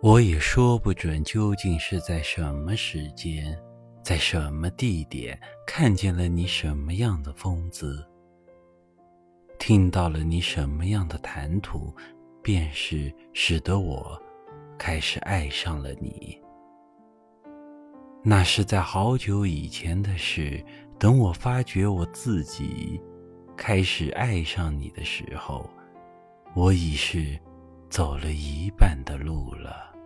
我也说不准究竟是在什么时间，在什么地点看见了你什么样的风姿，听到了你什么样的谈吐，便是使得我开始爱上了你。那是在好久以前的事，等我发觉我自己开始爱上你的时候，我已是走了一半的路了。